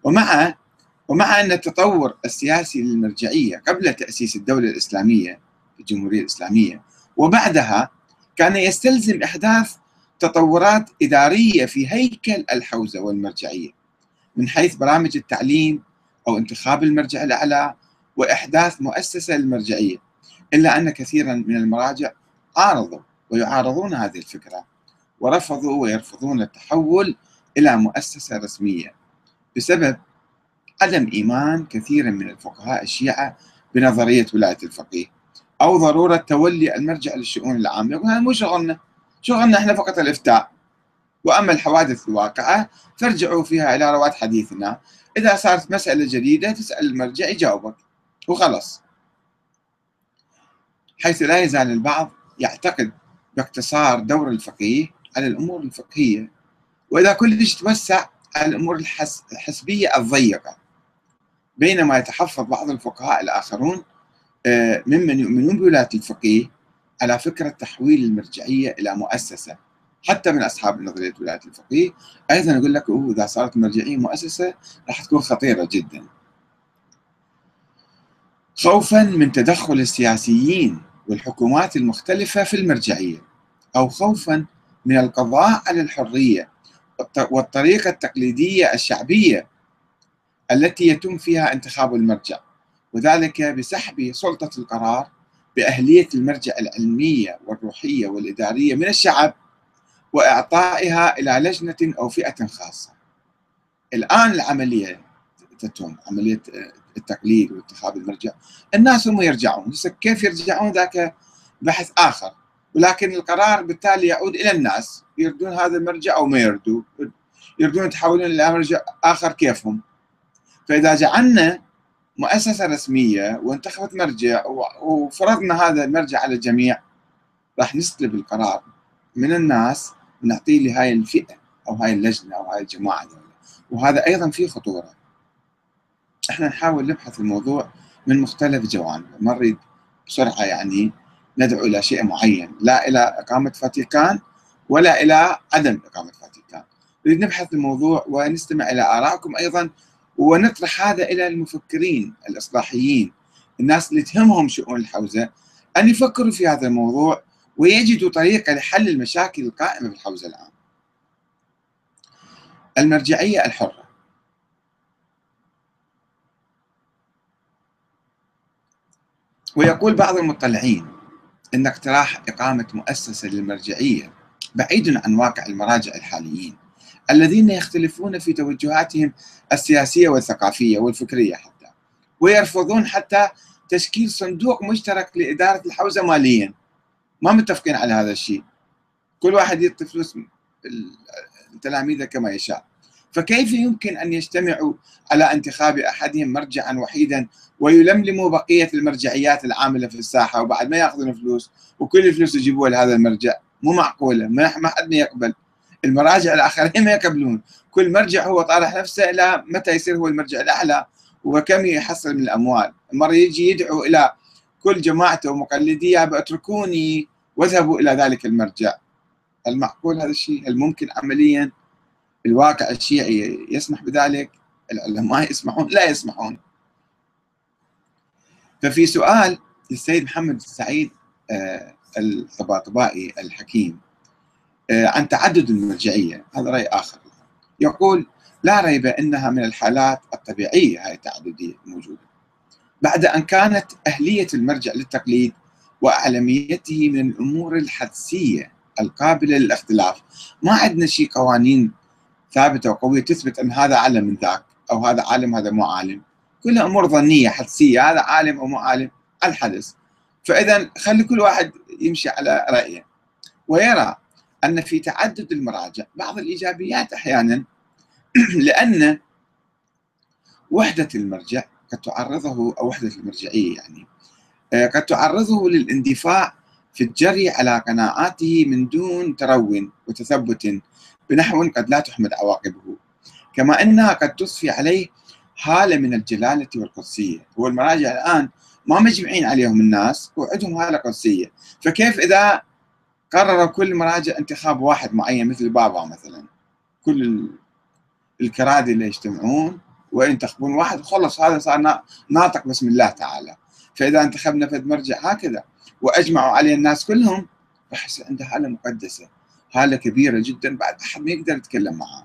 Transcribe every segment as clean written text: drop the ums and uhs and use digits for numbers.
ومع ومع أن التطور السياسي للمرجعية قبل تأسيس الدولة الإسلامية الجمهورية الإسلامية وبعدها كان يستلزم إحداث تطورات إدارية في هيكل الحوزة والمرجعية من حيث برامج التعليم أو انتخاب المرجع الأعلى وإحداث مؤسسة للمرجعية، إلا أن كثيرا من المراجع عارضوا ويعارضون هذه الفكرة ورفضوا ويرفضون التحول إلى مؤسسة رسمية بسبب عدم إيمان كثير من الفقهاء الشيعة بنظرية ولاية الفقيه أو ضرورة تولي المرجع للشؤون العامة. يقول هذا مو شغلنا احنا فقط الإفتاء، وأما الحوادث الواقعة فارجعوا فيها إلى رواد حديثنا، إذا صارت مسألة جديدة تسأل المرجع يجاوبك وخلص. حيث لا يزال البعض يعتقد باقتصار دور الفقيه على الأمور الفقهية، وإذا كلش توسع على الأمور الحسبية الضيقة، بينما يتحفظ بعض الفقهاء الآخرون ممن يؤمنون بولاية الفقيه على فكرة تحويل المرجعية إلى مؤسسة. حتى من أصحاب نظرية ولاية الفقيه أيضا يقول لك إذا صارت المرجعية مؤسسة راح تكون خطيرة جدا، خوفا من تدخل السياسيين والحكومات المختلفة في المرجعية، أو خوفا من القضاء على الحرية والطريقة التقليدية الشعبية التي يتم فيها انتخاب المرجع، وذلك بسحب سلطة القرار بأهلية المرجع العلمية والروحية والإدارية من الشعب وإعطائها إلى لجنة أو فئة خاصة. الآن العملية تتم عملية التقليد وانتخاب المرجع، الناس هم يرجعون، كيف يرجعون ذاك بحث آخر، ولكن القرار بالتالي يعود إلى الناس، يردون هذا المرجع أو ما يردون يتحولون إلى مرجع آخر كيفهم. فإذا جعلنا مؤسسة رسمية وانتخبت مرجع وفرضنا هذا المرجع على الجميع، راح نسلب القرار من الناس ونعطيه لهاي الفئة أو هاي اللجنة أو هاي الجماعة دولة. وهذا أيضا فيه خطورة. احنا نحاول نبحث الموضوع من مختلف جوانبه، ما نريد بسرعة يعني ندعو إلى شيء معين، لا إلى إقامة فاتيكان ولا إلى عدم إقامة فاتيكان. نريد نبحث الموضوع ونستمع إلى آرائكم أيضا، ونطرح هذا إلى المفكرين الإصلاحيين، الناس اللي تهمهم شؤون الحوزة، أن يفكروا في هذا الموضوع ويجدوا طريقة لحل المشاكل القائمة بالحوزة الآن. المرجعية الحرة. ويقول بعض المطلعين أن اقتراح إقامة مؤسسة للمرجعية بعيد عن واقع المراجع الحاليين الذين يختلفون في توجهاتهم السياسية والثقافية والفكرية حتى، ويرفضون حتى تشكيل صندوق مشترك لإدارة الحوزة ماليا. ما متفقين على هذا الشيء، كل واحد يعطي فلوس تلاميذه كما يشاء. فكيف يمكن أن يجتمعوا على انتخاب أحدهم مرجعا وحيدا ويلملموا بقية المرجعيات العاملة في الساحة وبعد ما يأخذون فلوس وكل الفلوس يجيبوها لهذا المرجع؟ مو معقولة، ما حد ما يقبل، المراجع الآخرين ما يقبلون، كل مرجع هو طارح نفسه إلى متى يصير هو المرجع الأعلى وكم يحصل من الأموال. مرة يجي يدعو إلى كل جماعته ومقلديه اتركوني واذهبوا إلى ذلك المرجع. هل معقول هذا الشيء؟ هل ممكن عمليا الواقع الشيعي يسمح بذلك؟ العلماء يسمحون؟ لا يسمحون. ففي سؤال للسيد محمد السعيد الطباطبائي الحكيم عن تعدد المرجعية، هذا رأي آخر، يقول: لا ريب أنها من الحالات الطبيعية هاي التعددية موجودة، بعد أن كانت أهلية المرجع للتقليد وأعلميته من الأمور الحدسية القابلة للاختلاف. ما عندنا شيء قوانين ثابتة وقوية تثبت أن هذا أعلم من ذاك، أو هذا عالم هذا مو عالم، كلها أمور ظنية حدسية، هذا عالم أو مو عالم على الحدث. فإذا خلي كل واحد يمشي على رأيه، ويرى أن في تعدد المراجع بعض الإيجابيات أحيانا لأن وحدة المرجع قد تعرضه، أو وحدة المرجعية يعني قد تعرضه للاندفاع في الجري على قناعاته من دون ترون وتثبت بنحو قد لا تحمد عواقبه، كما أنها قد تضفي عليه حالة من الجلالة والقدسية. هو المراجع الآن ما مجمعين عليهم الناس وعندهم حالة قدسية، فكيف إذا قرر كل مراجع انتخاب واحد معين مثل بابا مثلا، كل الكرادي اللي يجتمعون وينتخبون واحد وخلص هذا صار ناطق بسم الله تعالى. فإذا انتخبنا فد مرجع هكذا وأجمعوا عليه الناس كلهم، بحس عنده حالة مقدسة، حالة كبيرة جدا، بعد أحد ما يقدر يتكلم معه.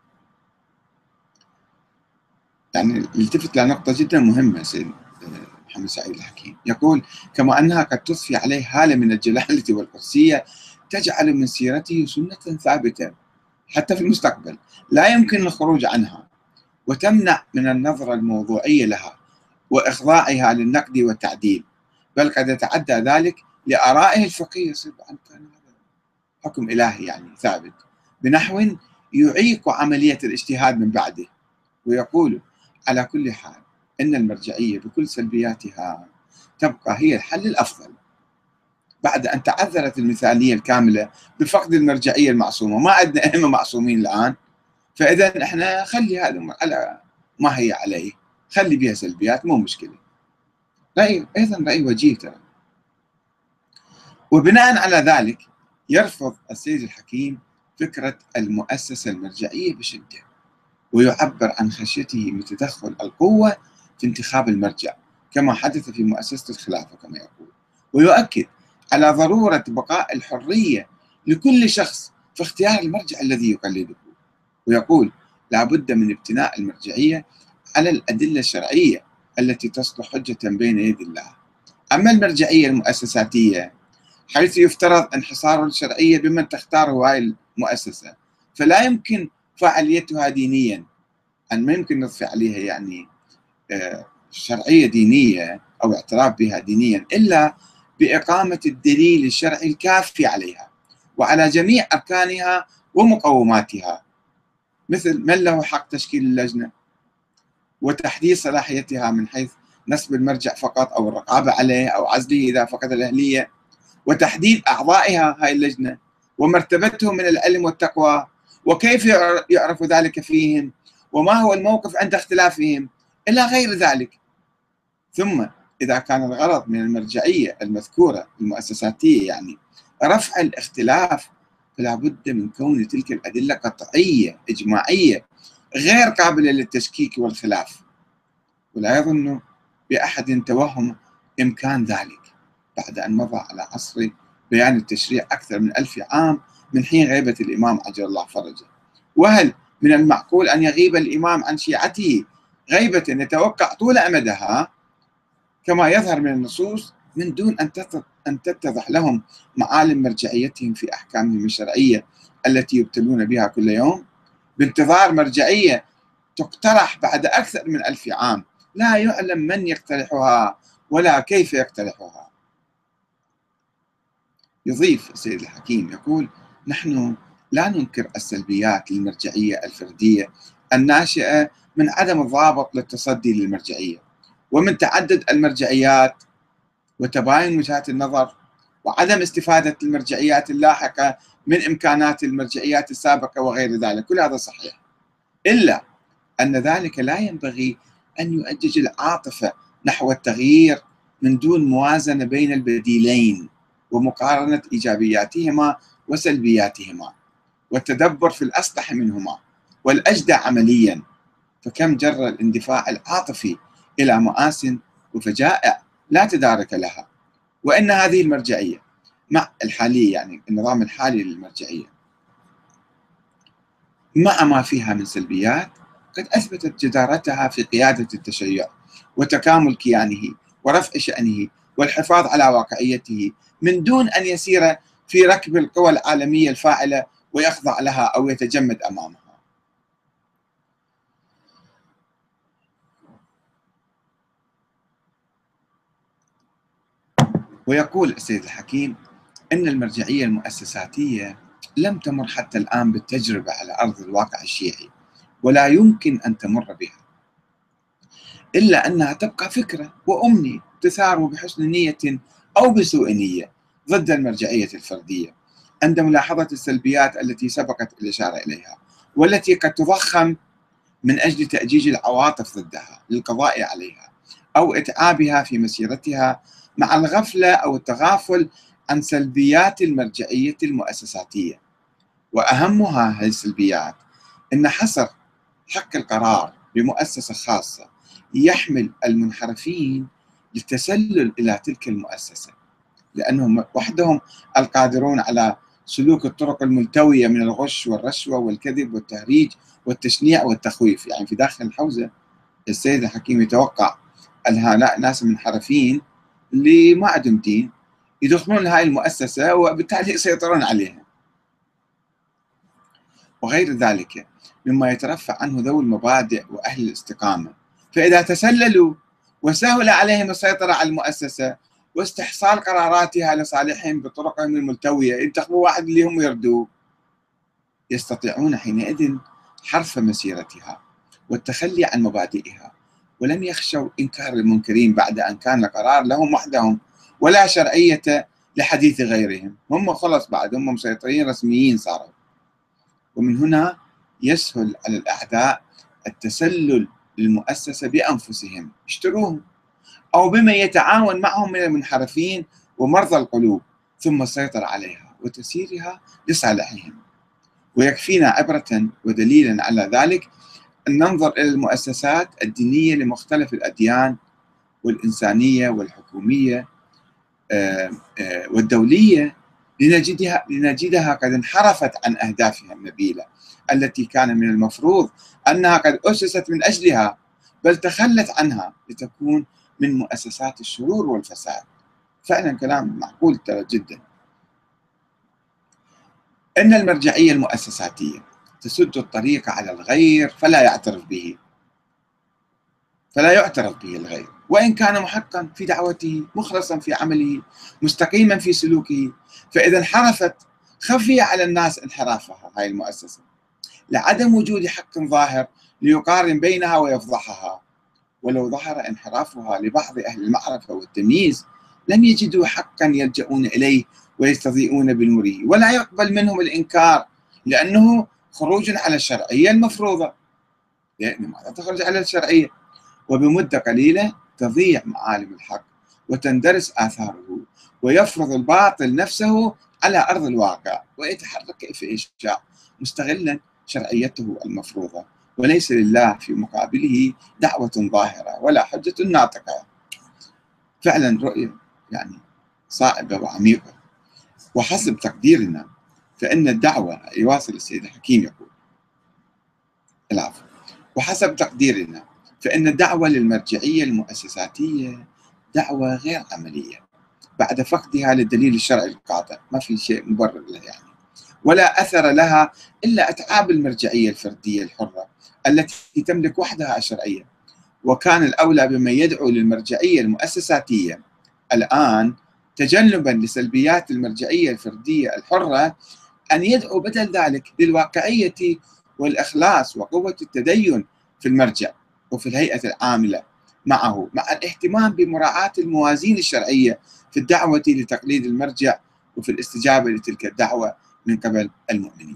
يعني التفت لنقطة جدا مهمة سيد محمد سعيد الحكيم، يقول: كما أنها قد تضفي عليه حالة من الجلالة والقدسية تجعل من سيرته سنة ثابتة حتى في المستقبل لا يمكن الخروج عنها، وتمنع من النظرة الموضوعية لها وإخضاعها للنقد والتعديل، بل قد يتعدى ذلك لآرائه الفقهية. يصير كان حكم إلهي يعني ثابت بنحو يعيق عملية الاجتهاد من بعده. ويقول: على كل حال إن المرجعية بكل سلبياتها تبقى هي الحل الأفضل بعد أن تعذرت المثالية الكاملة بفقد المرجعية المعصومة. ما عندنا أئمة معصومين الآن، فإذا إحنا خلي هذا على ما هي عليه، خلي بها سلبيات مو مشكلة. رأي أيضا رأي وجيه ترى. وبناء على ذلك يرفض السيد الحكيم فكرة المؤسسة المرجعية بشدة، ويعبر عن خشيته من تدخل القوة في انتخاب المرجع كما حدث في مؤسسة الخلافة كما يقول، ويؤكد على ضرورة بقاء الحرية لكل شخص في اختيار المرجع الذي يقلده، ويقول: لا بد من ابتناء المرجعية على الأدلة الشرعية التي تصلح حجة بين يدي الله. أما المرجعية المؤسساتية حيث يفترض انحصار الشرعية بمن تختاره هاي المؤسسة، فلا يمكن فعاليتها دينيا، أن ما يمكن نضفي عليها يعني شرعية دينية أو اعتراف بها دينيا إلا بإقامة الدليل الشرعي الكافي عليها وعلى جميع أركانها ومقوماتها، مثل من له حق تشكيل اللجنة وتحديد صلاحيتها من حيث نصب المرجع فقط أو الرقابة عليه أو عزله إذا فقد الأهلية، وتحديد أعضائها هاي اللجنة ومرتبتهم من العلم والتقوى وكيف يعرف ذلك فيهم وما هو الموقف عند اختلافهم إلى غير ذلك. ثم إذا كان الغرض من المرجعية المذكورة المؤسساتية يعني رفع الاختلاف، فلا بد من كون تلك الأدلة قطعية إجماعية غير قابلة للتشكيك والخلاف، ولا يظن بأحد توهم إمكان ذلك بعد أن مضى على عصر بيان التشريع أكثر من 1000 عام من حين غيبة الإمام عجل الله فرجه. وهل من المعقول أن يغيب الإمام عن شيعته غيبة يتوقع طول أمدها كما يظهر من النصوص من دون أن تتضح لهم معالم مرجعيتهم في أحكامهم الشرعية التي يبتلون بها كل يوم، بانتظار مرجعية تقترح بعد أكثر من 1000 عام لا يعلم من يقترحها ولا كيف يقترحها. يضيف السيد الحكيم يقول: نحن لا ننكر السلبيات للمرجعية الفردية الناشئة من عدم الضابط للتصدي للمرجعية ومن تعدد المرجعيات وتباين وجهات النظر وعدم استفادة المرجعيات اللاحقة من إمكانات المرجعيات السابقة وغير ذلك، كل هذا صحيح، إلا أن ذلك لا ينبغي أن يؤجج العاطفة نحو التغيير من دون موازنة بين البديلين ومقارنة إيجابياتهما وسلبياتهما والتدبر في الأصلح منهما والأجدى عمليا، فكم جر الاندفاع العاطفي إلى مآسٍ وفجائع لا تدارك لها. وإن هذه المرجعية مع الحالية يعني النظام الحالي للمرجعية مع ما فيها من سلبيات قد أثبتت جدارتها في قيادة التشيع وتكامل كيانه ورفع شأنه والحفاظ على واقعيته من دون أن يسير في ركب القوى العالمية الفاعلة ويخضع لها أو يتجمد أمامها. ويقول السيد الحكيم إن المرجعية المؤسساتية لم تمر حتى الآن بالتجربة على أرض الواقع الشيعي ولا يمكن أن تمر بها، إلا أنها تبقى فكرة وأمنية تثار بحسن نية أو بسوء نية ضد المرجعية الفردية عند ملاحظة السلبيات التي سبقت الإشارة إليها والتي قد تضخم من أجل تأجيج العواطف ضدها للقضاء عليها أو إتعابها في مسيرتها، مع الغفلة أو التغافل عن سلبيات المرجعية المؤسساتية. وأهمها هذه السلبيات إن حصر حق القرار بمؤسسة خاصة يحمل المنحرفين للتسلل إلى تلك المؤسسة، لأنهم وحدهم القادرون على سلوك الطرق الملتوية من الغش والرشوة والكذب والتهريج والتشنيع والتخويف. يعني في داخل الحوزة السيد الحكيم يتوقع هؤلاء ناس منحرفين اللي ما عندهم دين يدخلون هاي المؤسسة وبالتالي يسيطرون عليها وغير ذلك مما يترفع عنه ذوي المبادئ وأهل الاستقامة. فإذا تسللوا وسهل عليهم السيطرة على المؤسسة واستحصال قراراتها لصالحهم بطرقهم الملتوية، ينتخبوا واحد اللي هم يردوه، يستطيعون حينئذ حرف مسيرتها والتخلي عن مبادئها، ولم يخشوا إنكار المنكرين بعد أن كان القرار لهم وحدهم ولا شرعية لحديث غيرهم. هم خلص بعد هم مسيطرين رسميين صاروا. ومن هنا يسهل على الأعداء التسلل للمؤسسة بأنفسهم، اشتروهم أو بمن يتعاون معهم من المنحرفين ومرضى القلوب، ثم السيطرة عليها وتسييرها لصالحهم. ويكفينا عبرة ودليلا على ذلك أن ننظر إلى المؤسسات الدينية لمختلف الأديان والإنسانية والحكومية والدولية لنجدها قد انحرفت عن أهدافها النبيلة التي كان من المفروض أنها قد أسست من أجلها، بل تخلت عنها لتكون من مؤسسات الشرور والفساد. فعلا كلام معقول ترى جدا. إن المرجعية المؤسساتية تسد الطريق على الغير فلا يعترف به الغير، وإن كان محقا في دعوته، مخلصا في عمله، مستقيما في سلوكه. فإذا انحرفت خفي على الناس انحرافها هاي المؤسسة لعدم وجود حق ظاهر ليقارن بينها ويفضحها. ولو ظهر انحرافها لبعض أهل المعرفة والتمييز لم يجدوا حقا يلجؤون إليه ويستضيئون بنوره، ولا يقبل منهم الإنكار لأنه خروج على الشرعية المفروضة، يعني ماذا تخرج على الشرعية؟ وبمدة قليلة تضيع معالم الحق وتندرس آثاره ويفرض الباطل نفسه على أرض الواقع ويتحرك كيف يشاء مستغلا شرعيته المفروضة، وليس لله في مقابله دعوة ظاهرة ولا حجة ناطقة. فعلا رؤية يعني صائبة وعميقة. وحسب تقديرنا فإن الدعوة، يواصل السيد الحكيم يقول العفو، وحسب تقديرنا فإن الدعوة للمرجعية المؤسساتية دعوة غير عملية بعد فقدها للدليل الشرعي القاطع، ما في شيء مبرر له يعني، ولا أثر لها إلا أتعاب المرجعية الفردية الحرة التي تملك وحدها الشرعية. وكان الأولى بمن يدعو للمرجعية المؤسساتية الآن تجنبا لسلبيات المرجعية الفردية الحرة أن يدعو بدل ذلك للواقعية والإخلاص وقوة التدين في المرجع وفي الهيئة العاملة معه، مع الاهتمام بمراعاة الموازين الشرعية في الدعوة لتقليد المرجع وفي الاستجابة لتلك الدعوة من قبل المؤمنين.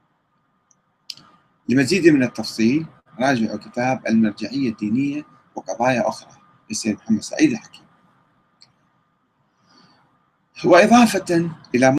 لمزيد من التفصيل راجعوا كتاب المرجعية الدينية وقضايا أخرى للسيد محمد سعيد الحكيم. وإضافة إلى